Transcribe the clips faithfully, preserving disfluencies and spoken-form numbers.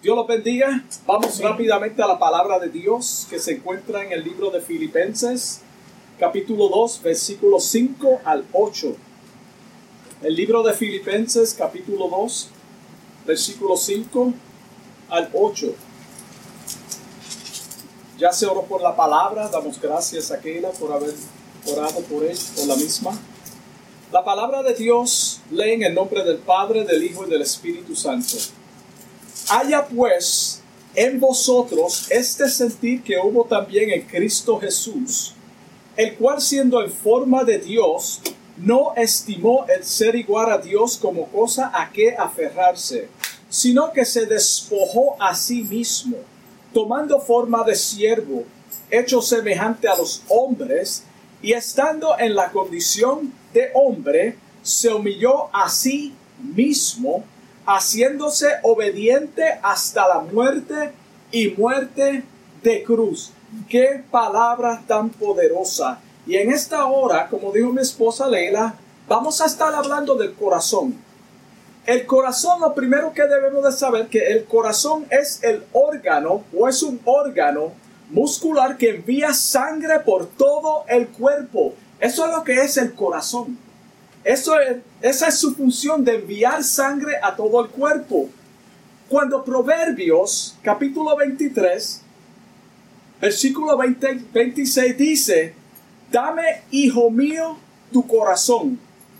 Dios los bendiga. Vamos rápidamente a la palabra de Dios que se encuentra en el libro de Filipenses, capítulo dos, versículos cinco al ocho. El libro de Filipenses, capítulo dos, versículos cinco al ocho. Ya se oró por la palabra. Damos gracias a Keila por haber orado por él, por la misma. La palabra de Dios lee en el nombre del Padre, del Hijo y del Espíritu Santo. Haya pues en vosotros este sentir que hubo también en Cristo Jesús, el cual siendo en forma de Dios, no estimó el ser igual a Dios como cosa a que aferrarse, sino que se despojó a sí mismo, tomando forma de siervo, hecho semejante a los hombres, y estando en la condición de hombre, se humilló a sí mismo, haciéndose obediente hasta la muerte y muerte de cruz. ¡Qué palabra tan poderosa! Y en esta hora, como dijo mi esposa Leila, vamos a estar hablando del corazón. El corazón, lo primero que debemos de saber, que el corazón es el órgano, o es un órgano muscular que envía sangre por todo el cuerpo. Eso es lo que es el corazón. Eso es, esa es su función, de enviar sangre a todo el cuerpo. Cuando Proverbios, capítulo veintitrés, versículo veinte, veintiséis dice: dame, hijo mío, tu corazón,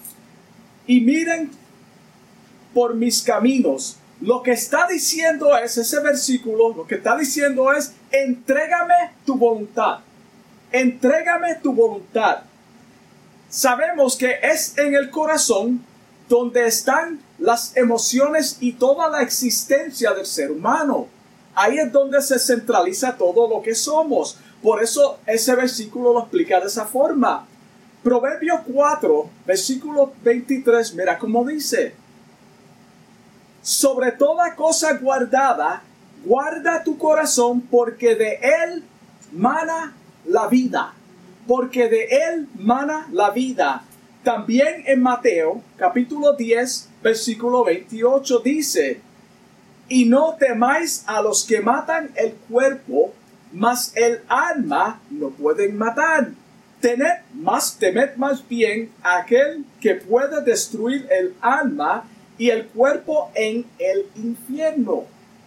y miren por mis caminos. Lo que está diciendo es, ese versículo, lo que está diciendo es: entrégame tu voluntad. Entrégame tu voluntad. Sabemos que es en el corazón donde están las emociones y toda la existencia del ser humano. Ahí es donde se centraliza todo lo que somos. Por eso ese versículo lo explica de esa forma. Proverbios cuatro, versículo veintitrés, mira cómo dice: sobre toda cosa guardada, guarda tu corazón, porque de él mana la vida. Porque de él mana la vida. También en Mateo, capítulo diez, versículo veintiocho, dice: y no temáis a los que matan el cuerpo, mas el alma no pueden matar. Tened más, temed más bien a aquel que puede destruir el alma y el cuerpo en el infierno.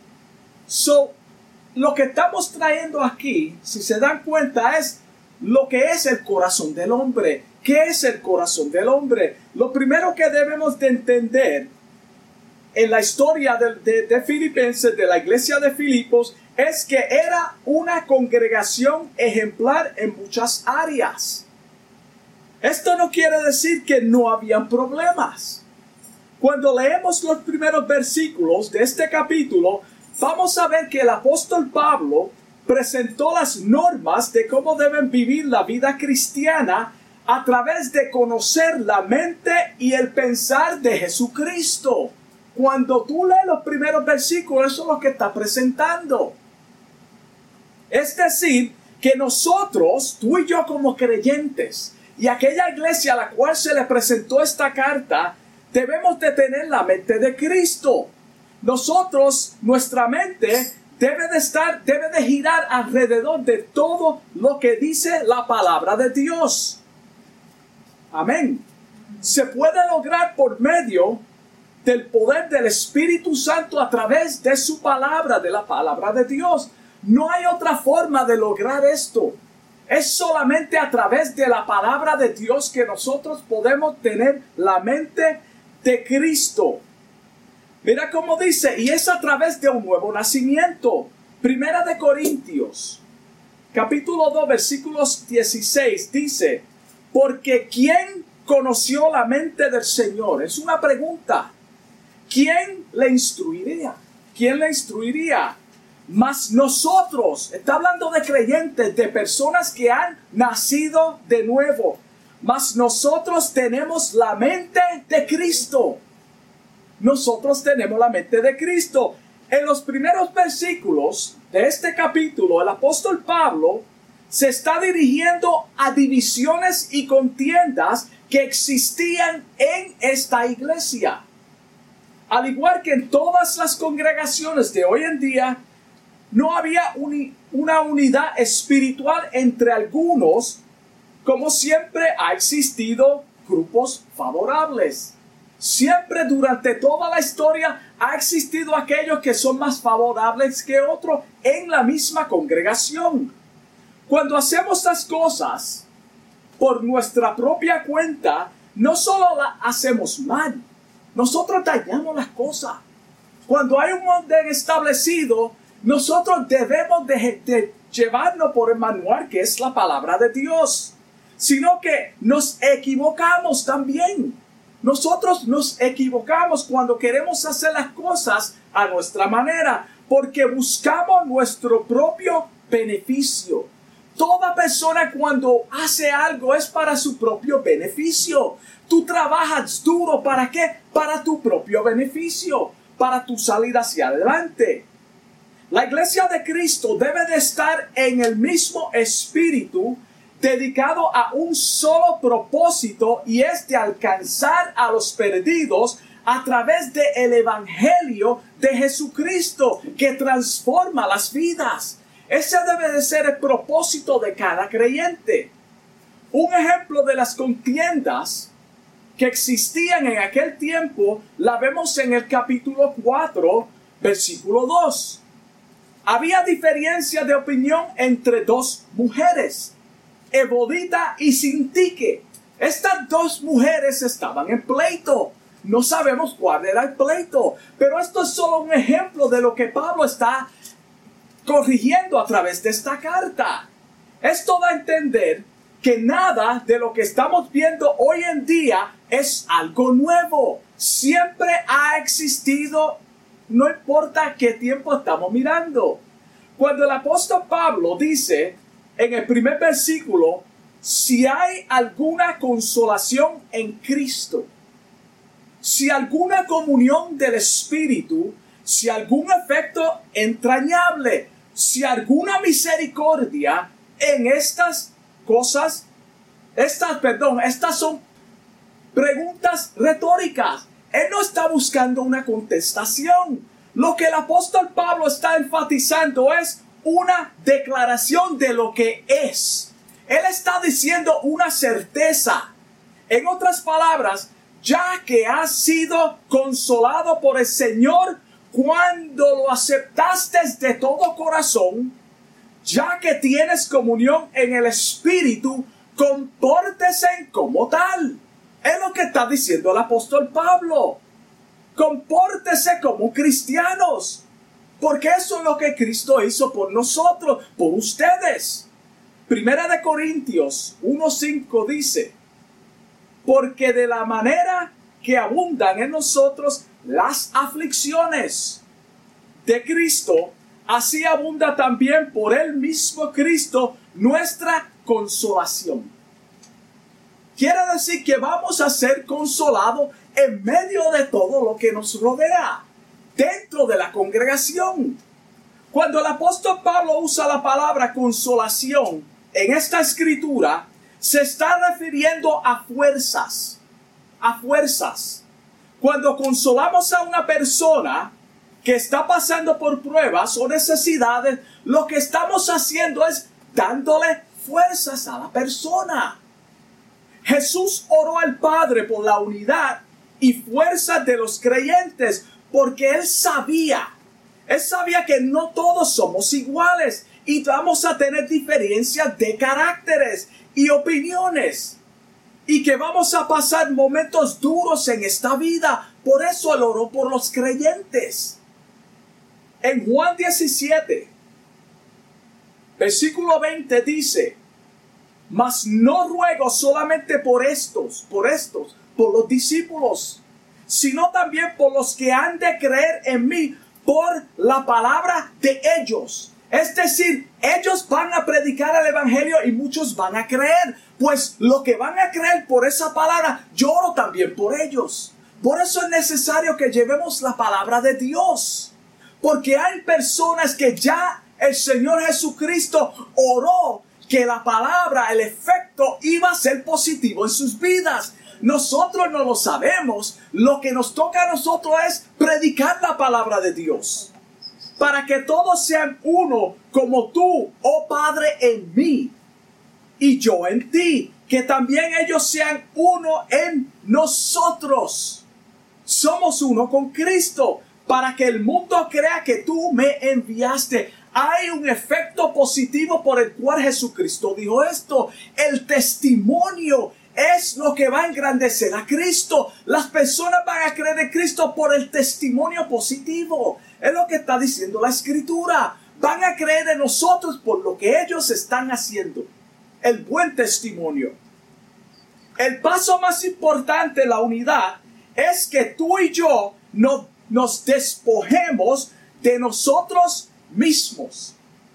So, lo que estamos trayendo aquí, si se dan cuenta, es lo que es el corazón del hombre. ¿Qué es el corazón del hombre? Lo primero que debemos de entender en la historia de, de, de Filipenses, de la iglesia de Filipos, es que era una congregación ejemplar en muchas áreas. Esto no quiere decir que no habían problemas. Cuando leemos los primeros versículos de este capítulo, vamos a ver que el apóstol Pablo presentó las normas de cómo deben vivir la vida cristiana a través de conocer la mente y el pensar de Jesucristo. Cuando tú lees los primeros versículos, eso es lo que está presentando. Es decir, que nosotros, tú y yo como creyentes, y aquella iglesia a la cual se le presentó esta carta, debemos de tener la mente de Cristo. Nosotros, nuestra mente debe de estar, debe de girar alrededor de todo lo que dice la palabra de Dios. Amén. Se puede lograr por medio del poder del Espíritu Santo a través de su palabra, de la palabra de Dios. No hay otra forma de lograr esto. Es solamente a través de la palabra de Dios que nosotros podemos tener la mente de Cristo. Mira cómo dice, y es a través de un nuevo nacimiento. Primera de Corintios, capítulo dos, versículos dieciséis, dice: porque ¿quién conoció la mente del Señor? Es una pregunta. ¿Quién le instruiría? ¿Quién le instruiría? Mas nosotros, está hablando de creyentes, de personas que han nacido de nuevo. Mas nosotros tenemos la mente de Cristo. Nosotros tenemos la mente de Cristo. En los primeros versículos de este capítulo, el apóstol Pablo se está dirigiendo a divisiones y contiendas que existían en esta iglesia. Al igual que en todas las congregaciones de hoy en día, no había uni- una unidad espiritual entre algunos, como siempre ha existido grupos favorables. Siempre durante toda la historia ha existido aquellos que son más favorables que otros en la misma congregación. Cuando hacemos las cosas por nuestra propia cuenta, no solo las hacemos mal, nosotros dañamos las cosas. Cuando hay un orden establecido, nosotros debemos de, de llevarnos por el manual que es la palabra de Dios. Sino que nos equivocamos también. Nosotros nos equivocamos cuando queremos hacer las cosas a nuestra manera, porque buscamos nuestro propio beneficio. Toda persona cuando hace algo es para su propio beneficio. Tú trabajas duro, ¿para qué? Para tu propio beneficio, para tu salida hacia adelante. La iglesia de Cristo debe de estar en el mismo espíritu, dedicado a un solo propósito, y es de alcanzar a los perdidos a través del evangelio de Jesucristo, que transforma las vidas. Ese debe de ser el propósito de cada creyente. Un ejemplo de las contiendas que existían en aquel tiempo la vemos en el capítulo cuatro, versículo dos. Había diferencia de opinión entre dos mujeres, Evodita y Sintique. Estas dos mujeres estaban en pleito. No sabemos cuál era el pleito, pero esto es solo un ejemplo de lo que Pablo está corrigiendo a través de esta carta. Esto da a entender que nada de lo que estamos viendo hoy en día es algo nuevo. Siempre ha existido, no importa qué tiempo estamos mirando. Cuando el apóstol Pablo dice en el primer versículo, si hay alguna consolación en Cristo, si alguna comunión del Espíritu, si algún efecto entrañable, si alguna misericordia, en estas cosas, estas, perdón, estas son preguntas retóricas. Él no está buscando una contestación. Lo que el apóstol Pablo está enfatizando es una declaración de lo que es. Él está diciendo una certeza. En otras palabras, ya que has sido consolado por el Señor cuando lo aceptaste de todo corazón, ya que tienes comunión en el Espíritu, compórtese como tal. Es lo que está diciendo el apóstol Pablo. Compórtese como cristianos, porque eso es lo que Cristo hizo por nosotros, por ustedes. Primera de Corintios uno cinco dice, porque de la manera que abundan en nosotros las aflicciones de Cristo, así abunda también por el mismo Cristo nuestra consolación. Quiere decir que vamos a ser consolados en medio de todo lo que nos rodea, dentro de la congregación. Cuando el apóstol Pablo usa la palabra consolación en esta escritura, se está refiriendo a fuerzas, a fuerzas. Cuando consolamos a una persona que está pasando por pruebas o necesidades, lo que estamos haciendo es dándole fuerzas a la persona. Jesús oró al Padre por la unidad y fuerza de los creyentes, porque Él sabía, Él sabía que no todos somos iguales y vamos a tener diferencias de caracteres y opiniones, y que vamos a pasar momentos duros en esta vida. Por eso Él oró por los creyentes. En Juan diecisiete, versículo veinte dice, mas no ruego solamente por estos, por estos, por los discípulos, sino también por los que han de creer en mí por la palabra de ellos. Es decir, ellos van a predicar el evangelio y muchos van a creer. Pues lo que van a creer por esa palabra, yo oro también por ellos. Por eso es necesario que llevemos la palabra de Dios. Porque hay personas que ya el Señor Jesucristo oró que la palabra, el efecto iba a ser positivo en sus vidas. Nosotros no lo sabemos. Lo que nos toca a nosotros es predicar la palabra de Dios. Para que todos sean uno, como tú, oh Padre, en mí y yo en ti. Que también ellos sean uno en nosotros. Somos uno con Cristo. Para que el mundo crea que tú me enviaste. Hay un efecto positivo por el cual Jesucristo dijo esto. El testimonio es lo que va a engrandecer a Cristo. Las personas van a creer en Cristo por el testimonio positivo. Es lo que está diciendo la Escritura. Van a creer en nosotros por lo que ellos están haciendo. El buen testimonio. El paso más importante en la unidad es que tú y yo nos, nos despojemos de nosotros mismos.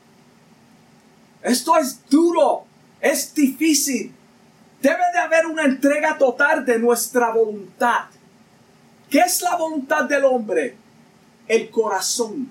Esto es duro, es difícil. Debe de haber una entrega total de nuestra voluntad. ¿Qué es la voluntad del hombre? El corazón.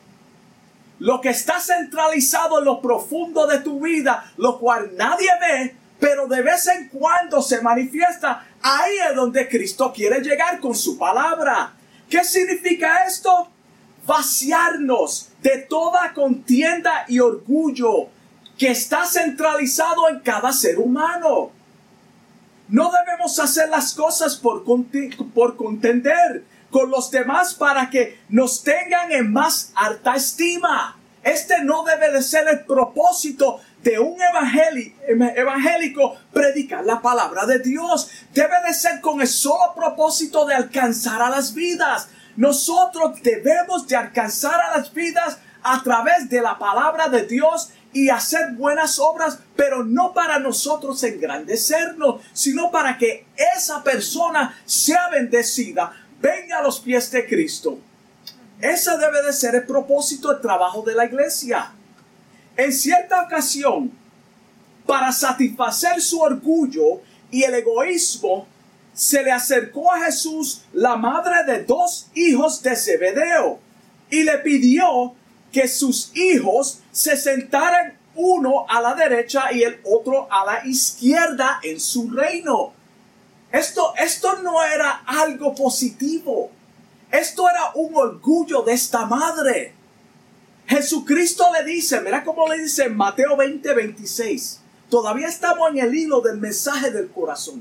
Lo que está centralizado en lo profundo de tu vida, lo cual nadie ve, pero de vez en cuando se manifiesta. Ahí es donde Cristo quiere llegar con su palabra. ¿Qué significa esto? Vaciarnos de toda contienda y orgullo que está centralizado en cada ser humano. No debemos hacer las cosas por, por contender con los demás para que nos tengan en más alta estima. Este no debe de ser el propósito de un evangélico, predicar la palabra de Dios. Debe de ser con el solo propósito de alcanzar a las vidas. Nosotros debemos de alcanzar a las vidas a través de la palabra de Dios y hacer buenas obras, pero no para nosotros engrandecernos, sino para que esa persona sea bendecida, venga a los pies de Cristo. Ese debe de ser el propósito del trabajo de la iglesia. En cierta ocasión, para satisfacer su orgullo y el egoísmo, se le acercó a Jesús la madre de dos hijos de Zebedeo y le pidió que sus hijos se sentaran uno a la derecha y el otro a la izquierda en su reino. Esto, esto no era algo positivo. Esto era un orgullo de esta madre. Jesucristo le dice, mira cómo le dice en Mateo veinte, veintiséis. Todavía estamos en el hilo del mensaje del corazón.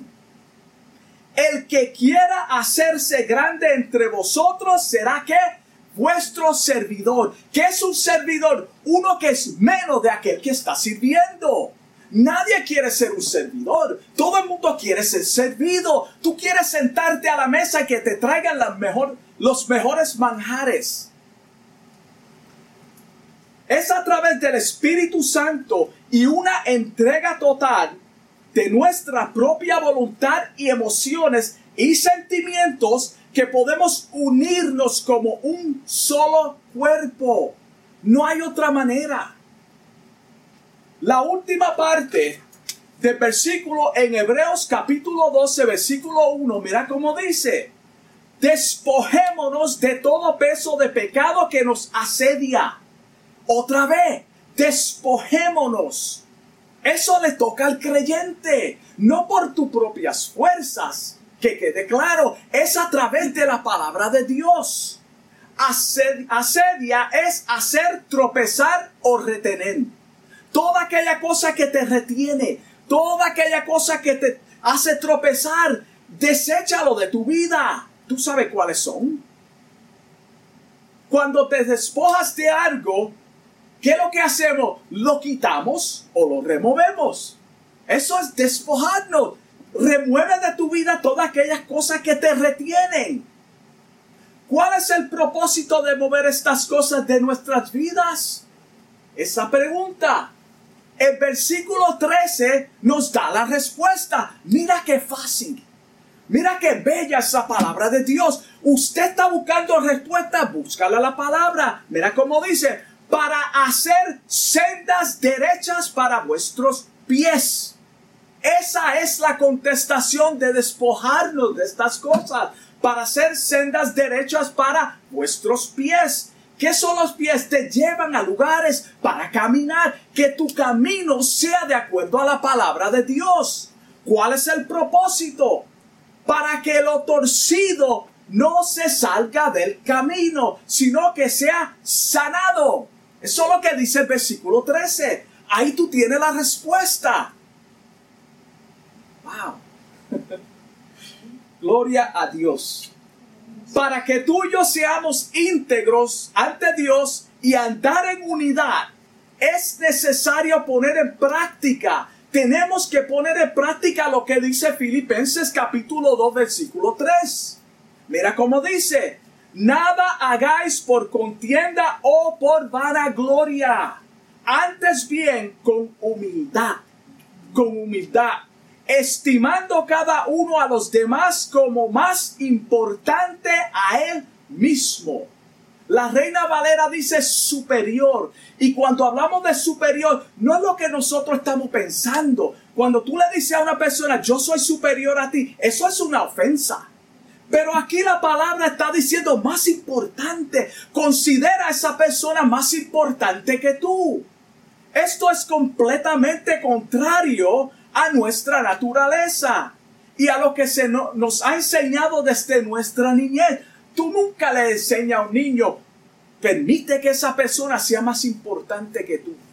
El que quiera hacerse grande entre vosotros será ¿qué? Vuestro servidor. ¿Qué es un servidor? Uno que es menos de aquel que está sirviendo. Nadie quiere ser un servidor. Todo el mundo quiere ser servido. Tú quieres sentarte a la mesa y que te traigan las mejor, los mejores manjares. Es a través del Espíritu Santo y una entrega total de nuestra propia voluntad y emociones y sentimientos que podemos unirnos como un solo cuerpo. No hay otra manera. La última parte del versículo en Hebreos capítulo doce, versículo uno, mira cómo dice: despojémonos de todo peso de pecado que nos asedia. Otra vez, despojémonos. Eso le toca al creyente, no por tus propias fuerzas. Que quede claro, es a través de la palabra de Dios. Ased, asedia es hacer tropezar o retener. Toda aquella cosa que te retiene, toda aquella cosa que te hace tropezar, deséchalo de tu vida. ¿Tú sabes cuáles son? Cuando te despojas de algo, ¿qué es lo que hacemos? Lo quitamos o lo removemos. Eso es despojarnos. Remueve de tu vida todas aquellas cosas que te retienen. ¿Cuál es el propósito de mover estas cosas de nuestras vidas? Esa pregunta. El versículo trece nos da la respuesta. Mira qué fácil. Mira qué bella esa palabra de Dios. Usted está buscando respuesta, búscala la palabra. Mira cómo dice: para hacer sendas derechas para vuestros pies. Esa es la contestación de despojarnos de estas cosas. Para hacer sendas derechas para vuestros pies. ¿Qué son los pies? Te llevan a lugares para caminar. Que tu camino sea de acuerdo a la palabra de Dios. ¿Cuál es el propósito? para que lo torcido no se salga del camino, sino que sea sanado. Eso es lo que dice el versículo trece. Ahí tú tienes la respuesta. Wow. Gloria a Dios. Para que tú y yo seamos íntegros ante Dios y andar en unidad, es necesario poner en práctica. Tenemos que poner en práctica lo que dice Filipenses capítulo dos, versículo tres. Mira cómo dice: nada hagáis por contienda o por vanagloria, antes bien con humildad, con humildad, estimando cada uno a los demás como más importante a él mismo. La Reina Valera dice superior. Y cuando hablamos de superior, no es lo que nosotros estamos pensando. Cuando tú le dices a una persona, yo soy superior a ti, eso es una ofensa. Pero aquí la palabra está diciendo más importante. Considera a esa persona más importante que tú. Esto es completamente contrario a nuestra naturaleza y a lo que se no, nos ha enseñado desde nuestra niñez. Tú nunca le enseñas a un niño, permite que esa persona sea más importante que tú.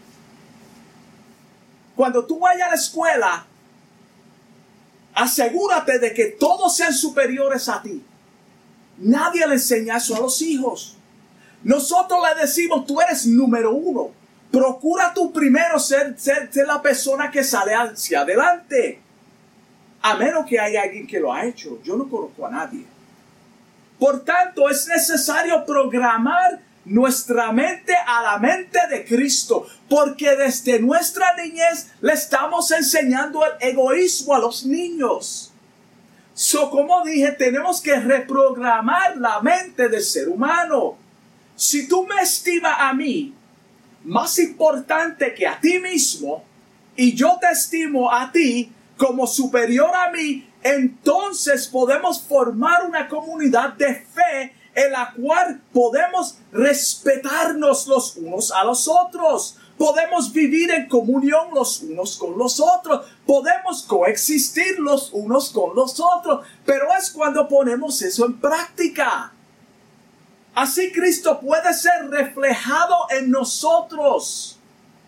Cuando tú vayas a la escuela, asegúrate de que todos sean superiores a ti. Nadie le enseña eso a los hijos. Nosotros le decimos, tú eres número uno. Procura tú primero ser, ser, ser la persona que sale hacia adelante. A menos que haya alguien que lo ha hecho. Yo no conozco a nadie. Por tanto, es necesario programar nuestra mente a la mente de Cristo, porque desde nuestra niñez le estamos enseñando el egoísmo a los niños. So, como dije, tenemos que reprogramar la mente del ser humano. Si tú me estimas a mí más importante que a ti mismo, y yo te estimo a ti como superior a mí, entonces podemos formar una comunidad de fe en la cual podemos respetarnos los unos a los otros. Podemos vivir en comunión los unos con los otros. Podemos coexistir los unos con los otros. Pero es cuando ponemos eso en práctica. Así Cristo puede ser reflejado en nosotros.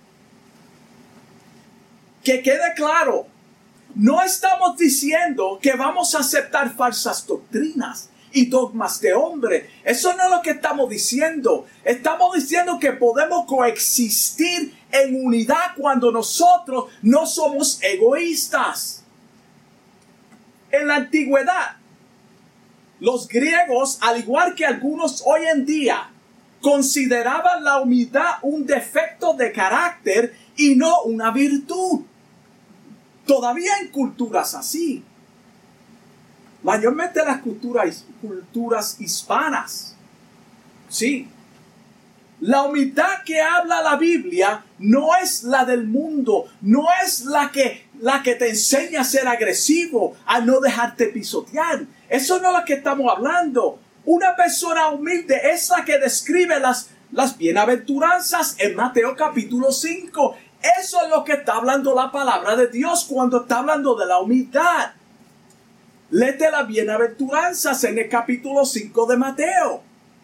Que quede claro. No estamos diciendo que vamos a aceptar falsas doctrinas y dogmas de hombre. Eso no es lo que estamos diciendo. Estamos diciendo que podemos coexistir en unidad cuando nosotros no somos egoístas. En la antigüedad, los griegos, al igual que algunos hoy en día, consideraban la humildad un defecto de carácter y no una virtud. Todavía en culturas así. Mayormente las culturas, culturas hispanas. Sí. La humildad que habla la Biblia no es la del mundo. No es la que, la que te enseña a ser agresivo, a no dejarte pisotear. Eso no es lo que estamos hablando. Una persona humilde es la que describe las, las bienaventuranzas en Mateo capítulo cinco. Eso es lo que está hablando la palabra de Dios cuando está hablando de la humildad. Léete las bienaventuranzas en el capítulo cinco de Mateo.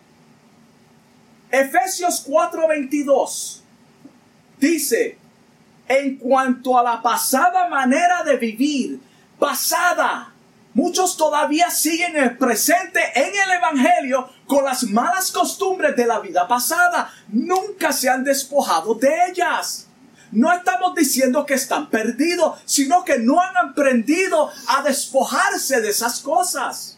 Efesios cuatro veintidós dice: en cuanto a la pasada manera de vivir, pasada, muchos todavía siguen el presente en el Evangelio con las malas costumbres de la vida pasada. Nunca se han despojado de ellas. No estamos diciendo que están perdidos, sino que no han aprendido a despojarse de esas cosas.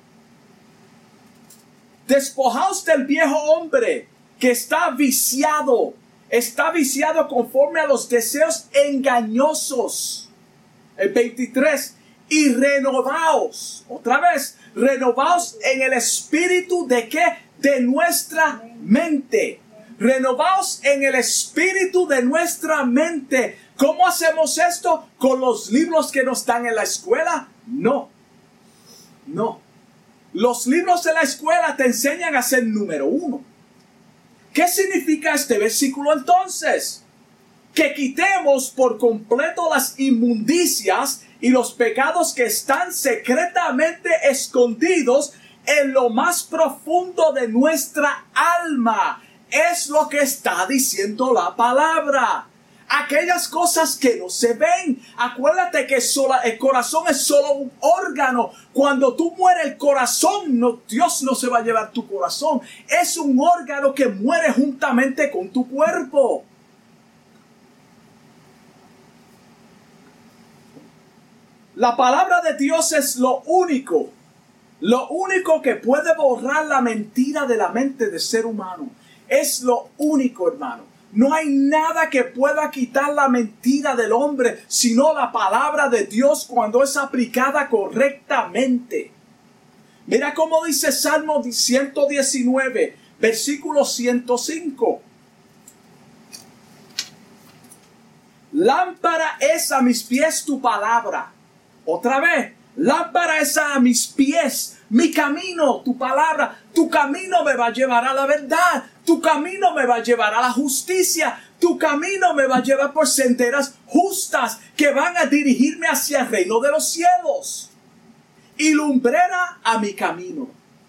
Despojaos del viejo hombre que está viciado, está viciado conforme a los deseos engañosos. El veintitrés, y renovaos, otra vez, renovaos en el espíritu de qué? De nuestra mente. Renovaos en el espíritu de nuestra mente. ¿Cómo hacemos esto? ¿Con los libros que nos dan en la escuela? No. No. Los libros de la escuela te enseñan a ser número uno. ¿Qué significa este versículo entonces? Que quitemos por completo las inmundicias y los pecados que están secretamente escondidos en lo más profundo de nuestra alma. Es lo que está diciendo la palabra. Aquellas cosas que no se ven. Acuérdate que sola, el corazón es solo un órgano. Cuando tú mueres el corazón, no, Dios no se va a llevar tu corazón. Es un órgano que muere juntamente con tu cuerpo. La palabra de Dios es lo único, lo único que puede borrar la mentira de la mente del ser humano. Es lo único, hermano. No hay nada que pueda quitar la mentira del hombre, sino la palabra de Dios cuando es aplicada correctamente. Mira cómo dice Salmo ciento diecinueve, versículo ciento cinco. Lámpara es a mis pies tu palabra. Otra vez, lámpara es a mis pies, mi camino, tu palabra. Tu camino me va a llevar a la verdad. Tu camino me va a llevar a la justicia. Tu camino me va a llevar por senderas justas que van a dirigirme hacia el reino de los cielos. Y lumbrera a mi camino.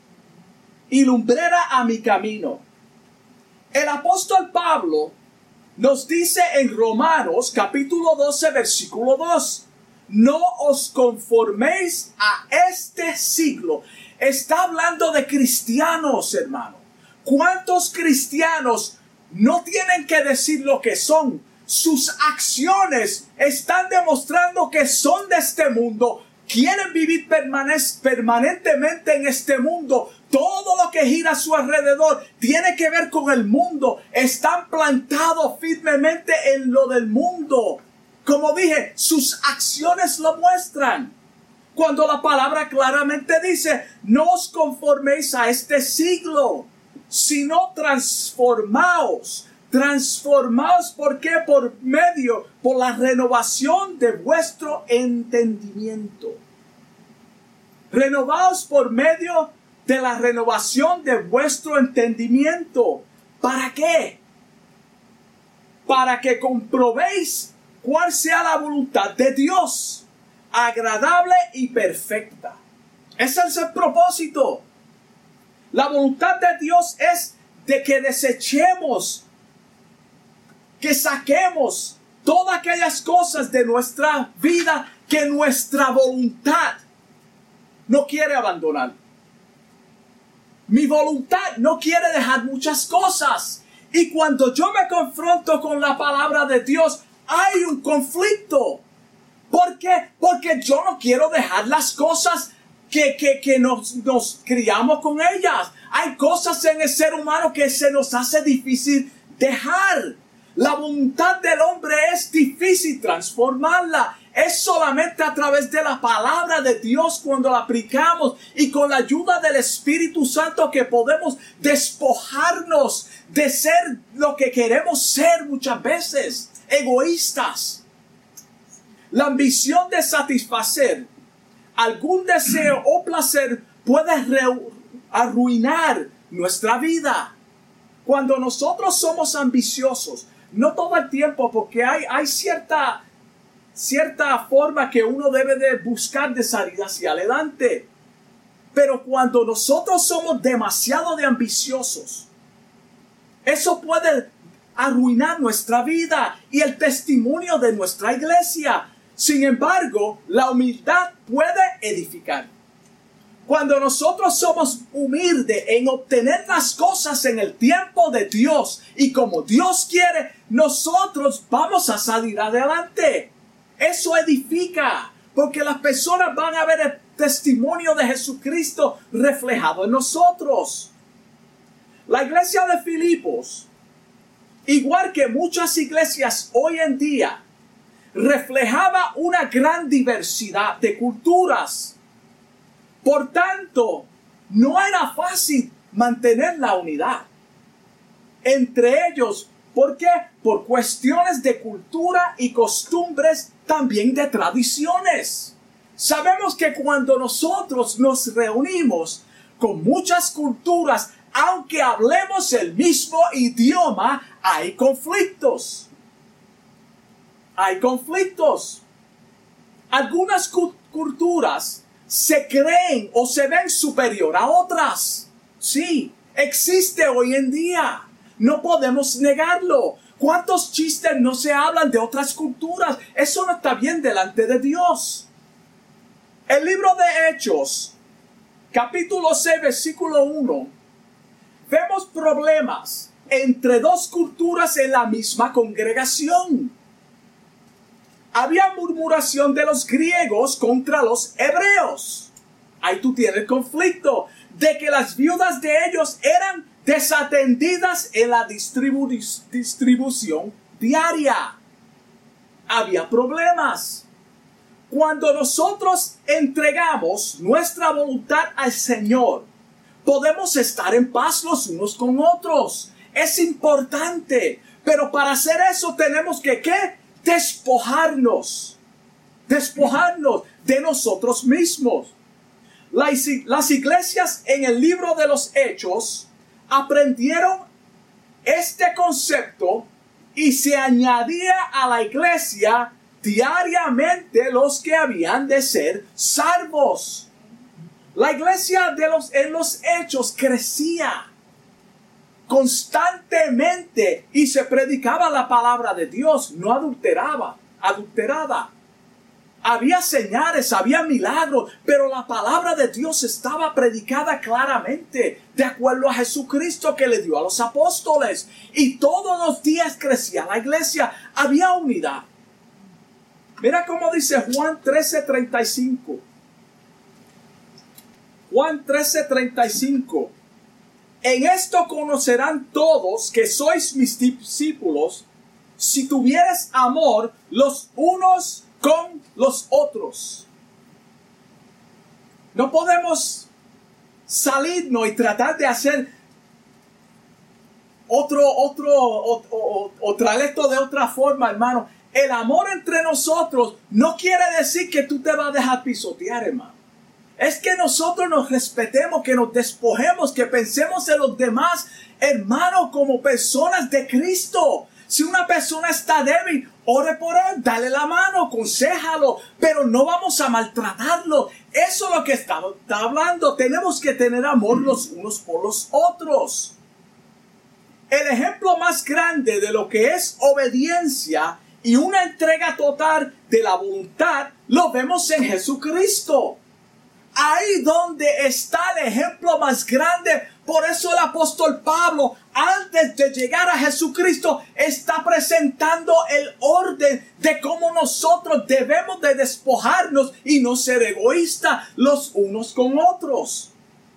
Y lumbrera a mi camino. El apóstol Pablo nos dice en Romanos capítulo doce, versículo dos. No os conforméis a este siglo. Está hablando de cristianos, hermano. ¿Cuántos cristianos no tienen que decir lo que son? Sus acciones están demostrando que son de este mundo. Quieren vivir permanentemente en este mundo. Todo lo que gira a su alrededor tiene que ver con el mundo. Están plantados firmemente en lo del mundo. Como dije, sus acciones lo muestran. Cuando la palabra claramente dice, no os conforméis a este siglo, sino transformaos. Transformaos, ¿por qué? Por medio, por la renovación de vuestro entendimiento. Renovaos por medio de la renovación de vuestro entendimiento. ¿Para qué? Para que comprobéis cuál sea la voluntad de Dios, agradable y perfecta. Ese es el propósito. La voluntad de Dios es de que desechemos, que saquemos todas aquellas cosas de nuestra vida que nuestra voluntad no quiere abandonar. Mi voluntad no quiere dejar muchas cosas. Y cuando yo me confronto con la palabra de Dios, hay un conflicto. ¿Por qué? Porque yo no quiero dejar las cosas que, que, que nos, nos criamos con ellas. Hay cosas en el ser humano que se nos hace difícil dejar. La voluntad del hombre es difícil transformarla. Es solamente a través de la palabra de Dios cuando la aplicamos y con la ayuda del Espíritu Santo que podemos despojarnos de ser lo que queremos ser muchas veces. Egoístas. La ambición de satisfacer algún deseo o placer puede arruinar nuestra vida. Cuando nosotros somos ambiciosos, no todo el tiempo, porque hay, hay cierta, cierta forma que uno debe de buscar de salir hacia adelante. Pero cuando nosotros somos demasiado de ambiciosos, eso puede arruinar nuestra vida y el testimonio de nuestra iglesia. Sin embargo, la humildad puede edificar. Cuando nosotros somos humildes en obtener las cosas en el tiempo de Dios y como Dios quiere, nosotros vamos a salir adelante. Eso edifica, porque las personas van a ver el testimonio de Jesucristo reflejado en nosotros. La iglesia de Filipos, igual que muchas iglesias hoy en día, reflejaba una gran diversidad de culturas. Por tanto, no era fácil mantener la unidad entre ellos. ¿Por qué? Por cuestiones de cultura y costumbres, también de tradiciones. Sabemos que cuando nosotros nos reunimos con muchas culturas, aunque hablemos el mismo idioma, hay conflictos. Hay conflictos. Algunas cu- culturas se creen o se ven superior a otras. Sí, existe hoy en día. No podemos negarlo. ¿Cuántos chistes no se hablan de otras culturas? Eso no está bien delante de Dios. El libro de Hechos, capítulo seis, versículo uno, vemos problemas entre dos culturas en la misma congregación. Había murmuración de los griegos contra los hebreos. Ahí tú tienes el conflicto de que las viudas de ellos eran desatendidas en la distribu- distribución diaria. Había problemas. Cuando nosotros entregamos nuestra voluntad al Señor, podemos estar en paz los unos con otros. Es importante. Pero para hacer eso tenemos que, ¿qué? Despojarnos. Despojarnos de nosotros mismos. Las, las iglesias en el libro de los Hechos aprendieron este concepto y se añadía a la iglesia diariamente los que habían de ser salvos. La iglesia de los, en los Hechos crecía constantemente y se predicaba la palabra de Dios, no adulteraba, adulterada. Había señales, había milagros, pero la palabra de Dios estaba predicada claramente, de acuerdo a Jesucristo que le dio a los apóstoles. Y todos los días crecía la iglesia, había unidad. Mira cómo dice Juan trece, treinta y cinco. Juan trece, treinta y cinco. En esto conocerán todos que sois mis discípulos, si tuvieres amor los unos con los otros. No podemos salirnos y tratar de hacer otro, otro, o, o, o traer esto de otra forma, hermano. El amor entre nosotros no quiere decir que tú te vas a dejar pisotear, hermano. Es que nosotros nos respetemos, que nos despojemos, que pensemos en los demás, hermano, como personas de Cristo. Si una persona está débil, ore por él, dale la mano, aconséjalo, pero no vamos a maltratarlo. Eso es lo que está, está hablando. Tenemos que tener amor los unos por los otros. El ejemplo más grande de lo que es obediencia y una entrega total de la voluntad lo vemos en Jesucristo. Ahí donde está el ejemplo más grande. Por eso el apóstol Pablo, antes de llegar a Jesucristo, está presentando el orden de cómo nosotros debemos de despojarnos y no ser egoístas los unos con otros.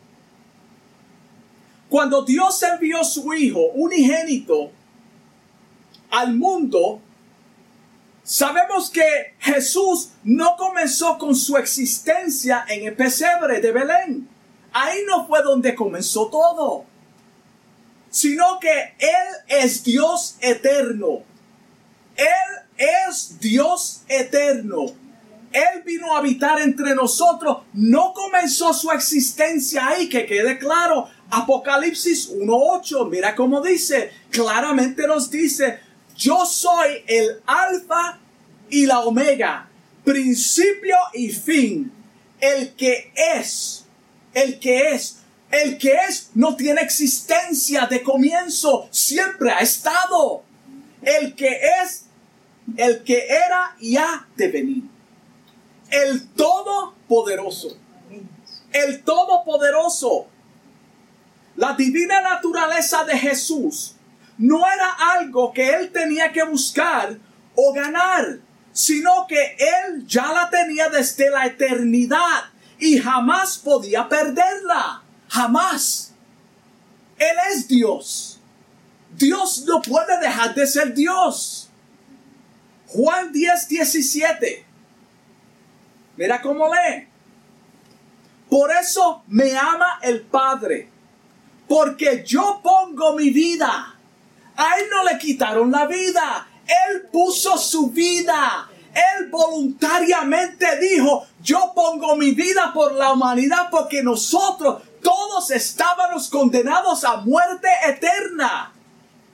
Cuando Dios envió su Hijo unigénito al mundo, sabemos que Jesús no comenzó con su existencia en el pesebre de Belén. Ahí no fue donde comenzó todo. Sino que Él es Dios eterno. Él es Dios eterno. Él vino a habitar entre nosotros. No comenzó su existencia ahí, que quede claro. Apocalipsis uno ocho, mira cómo dice. Claramente nos dice: yo soy el alfa y la omega, principio y fin. El que es, el que es, el que es no tiene existencia de comienzo, siempre ha estado. El que es, el que era y ha de venir. El Todopoderoso. El Todopoderoso. La divina naturaleza de Jesús no era algo que Él tenía que buscar o ganar, sino que Él ya la tenía desde la eternidad y jamás podía perderla. Jamás. Él es Dios. Dios no puede dejar de ser Dios. Juan diez, diecisiete. Mira cómo lee. Por eso me ama el Padre, porque yo pongo mi vida. A Él no le quitaron la vida. Él puso su vida. Él voluntariamente dijo: yo pongo mi vida por la humanidad, porque nosotros todos estábamos condenados a muerte eterna,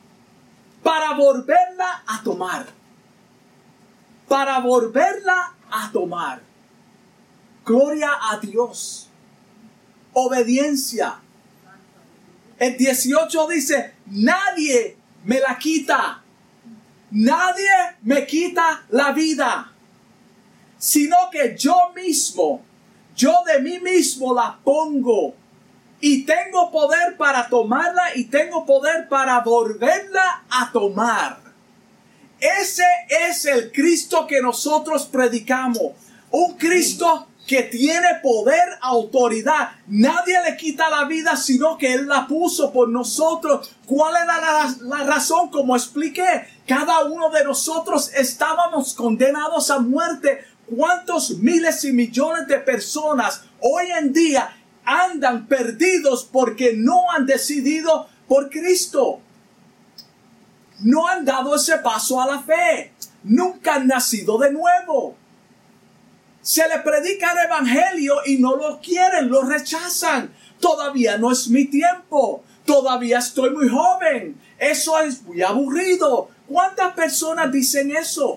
para volverla a tomar, para volverla a tomar. Gloria a Dios. Obediencia. El dieciocho dice, nadie me la quita. Nadie me quita la vida, sino que yo mismo, yo de mí mismo la pongo. Y tengo poder para tomarla y tengo poder para volverla a tomar. Ese es el Cristo que nosotros predicamos. Un Cristo que tiene poder, autoridad. Nadie le quita la vida, sino que Él la puso por nosotros. ¿Cuál era la, la razón? Como expliqué, cada uno de nosotros estábamos condenados a muerte. ¿Cuántos miles y millones de personas hoy en día andan perdidos porque no han decidido por Cristo? No han dado ese paso a la fe. Nunca han nacido de nuevo. Se le predica el evangelio y no lo quieren, lo rechazan. Todavía no es mi tiempo. Todavía estoy muy joven. Eso es muy aburrido. ¿Cuántas personas dicen eso?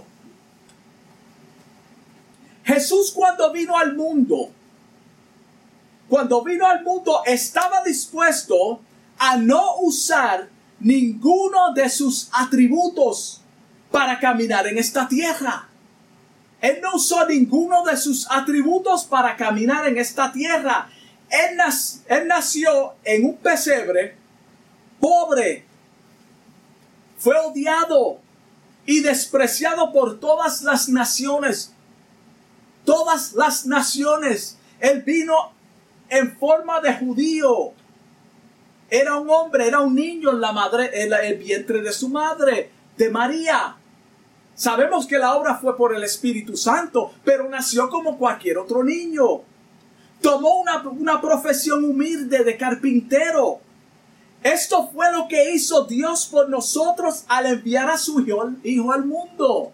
Jesús cuando vino al mundo, cuando vino al mundo estaba dispuesto a no usar ninguno de sus atributos para caminar en esta tierra. Él no usó ninguno de sus atributos para caminar en esta tierra. Él, nac- él nació en un pesebre, pobre, fue odiado y despreciado por todas las naciones. Todas las naciones. Él vino en forma de judío. Era un hombre, era un niño en la madre, en la- el vientre de su madre, de María. Sabemos que la obra fue por el Espíritu Santo, pero nació como cualquier otro niño. Tomó una, una profesión humilde de carpintero. Esto fue lo que hizo Dios por nosotros al enviar a su hijo, hijo al mundo.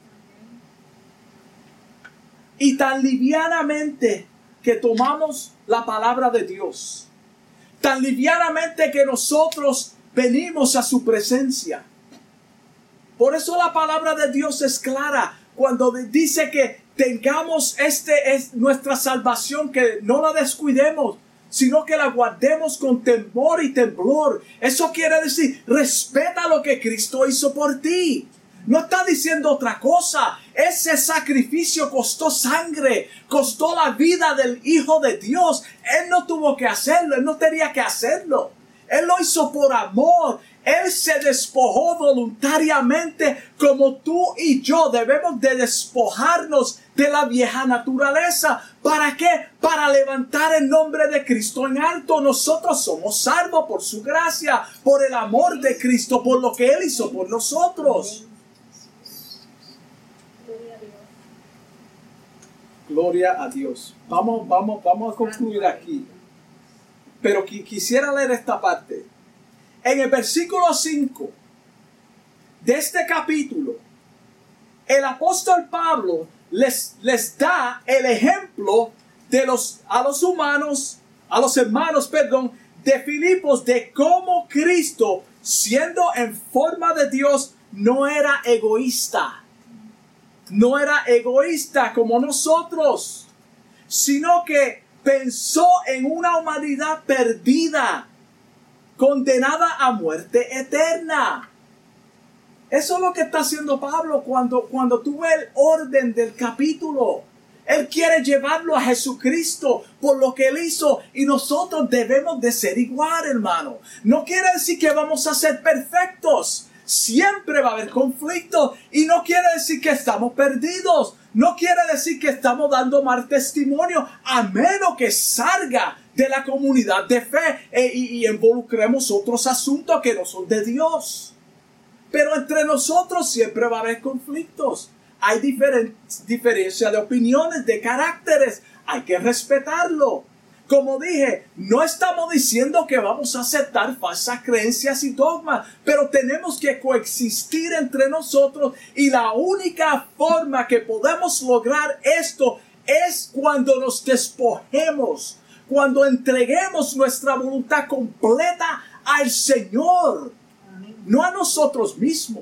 Y tan livianamente que tomamos la palabra de Dios. Tan livianamente que nosotros venimos a su presencia. Por eso la palabra de Dios es clara cuando dice que tengamos este es nuestra salvación, que no la descuidemos, sino que la guardemos con temor y temblor. Eso quiere decir, respeta lo que Cristo hizo por ti. No está diciendo otra cosa. Ese sacrificio costó sangre, costó la vida del Hijo de Dios. Él no tuvo que hacerlo, Él no tenía que hacerlo. Él lo hizo por amor. Él se despojó voluntariamente, como tú y yo debemos de despojarnos de la vieja naturaleza. ¿Para qué? Para levantar el nombre de Cristo en alto. Nosotros somos salvos por su gracia, por el amor de Cristo, por lo que Él hizo por nosotros. Gloria a Dios. Vamos, vamos, vamos a concluir aquí. Pero qu- quisiera leer esta parte. En el versículo cinco de este capítulo, el apóstol Pablo les, les da el ejemplo de los, a los humanos, a los hermanos, perdón, de Filipos, de cómo Cristo, siendo en forma de Dios, no era egoísta. No era egoísta como nosotros, sino que pensó en una humanidad perdida, condenada a muerte eterna. Eso es lo que está haciendo Pablo cuando, cuando tú ves el orden del capítulo. Él quiere llevarlo a Jesucristo por lo que Él hizo, y nosotros debemos de ser igual, hermano. No quiere decir que vamos a ser perfectos. Siempre va a haber conflictos, y no quiere decir que estamos perdidos. No quiere decir que estamos dando mal testimonio, a menos que salga de la comunidad de fe e, y, y involucremos otros asuntos que no son de Dios. Pero entre nosotros siempre va a haber conflictos. Hay diferen, diferencia de opiniones, de caracteres. Hay que respetarlo. Como dije, no estamos diciendo que vamos a aceptar falsas creencias y dogmas, pero tenemos que coexistir entre nosotros, y la única forma que podemos lograr esto es cuando nos despojemos, cuando entreguemos nuestra voluntad completa al Señor, no a nosotros mismos,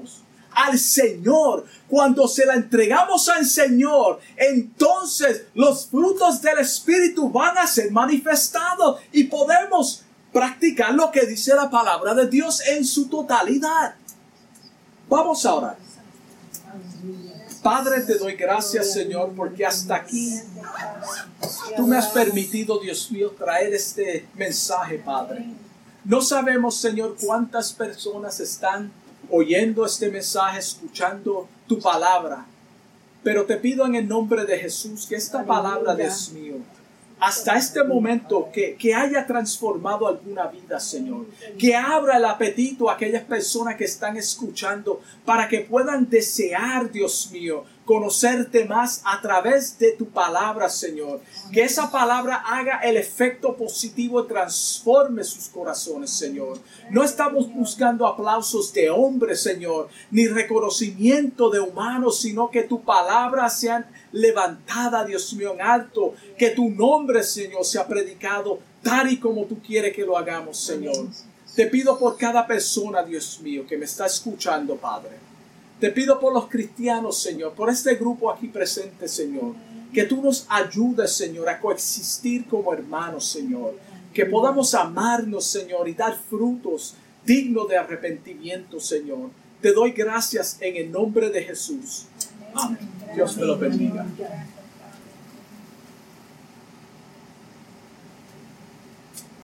al Señor. Cuando se la entregamos al Señor, entonces los frutos del Espíritu van a ser manifestados y podemos practicar lo que dice la palabra de Dios en su totalidad. Vamos a orar. Padre, te doy gracias, Señor, porque hasta aquí tú me has permitido, Dios mío, traer este mensaje, Padre. No sabemos, Señor, cuántas personas están oyendo este mensaje, escuchando tu palabra. Pero te pido en el nombre de Jesús que esta palabra, Dios mío, hasta este momento, que, que haya transformado alguna vida, Señor. Que abra el apetito a aquellas personas que están escuchando para que puedan desear, Dios mío, conocerte más a través de tu palabra, Señor. Que esa palabra haga el efecto positivo y transforme sus corazones, Señor. No estamos buscando aplausos de hombres, Señor, ni reconocimiento de humanos, sino que tu palabra sea levantada, Dios mío, en alto. Que tu nombre, Señor, sea predicado tal y como tú quieres que lo hagamos, Señor. Te pido por cada persona, Dios mío, que me está escuchando, Padre. Te pido por los cristianos, Señor, por este grupo aquí presente, Señor, que tú nos ayudes, Señor, a coexistir como hermanos, Señor. Que podamos amarnos, Señor, y dar frutos dignos de arrepentimiento, Señor. Te doy gracias en el nombre de Jesús. Amén. Dios me lo bendiga.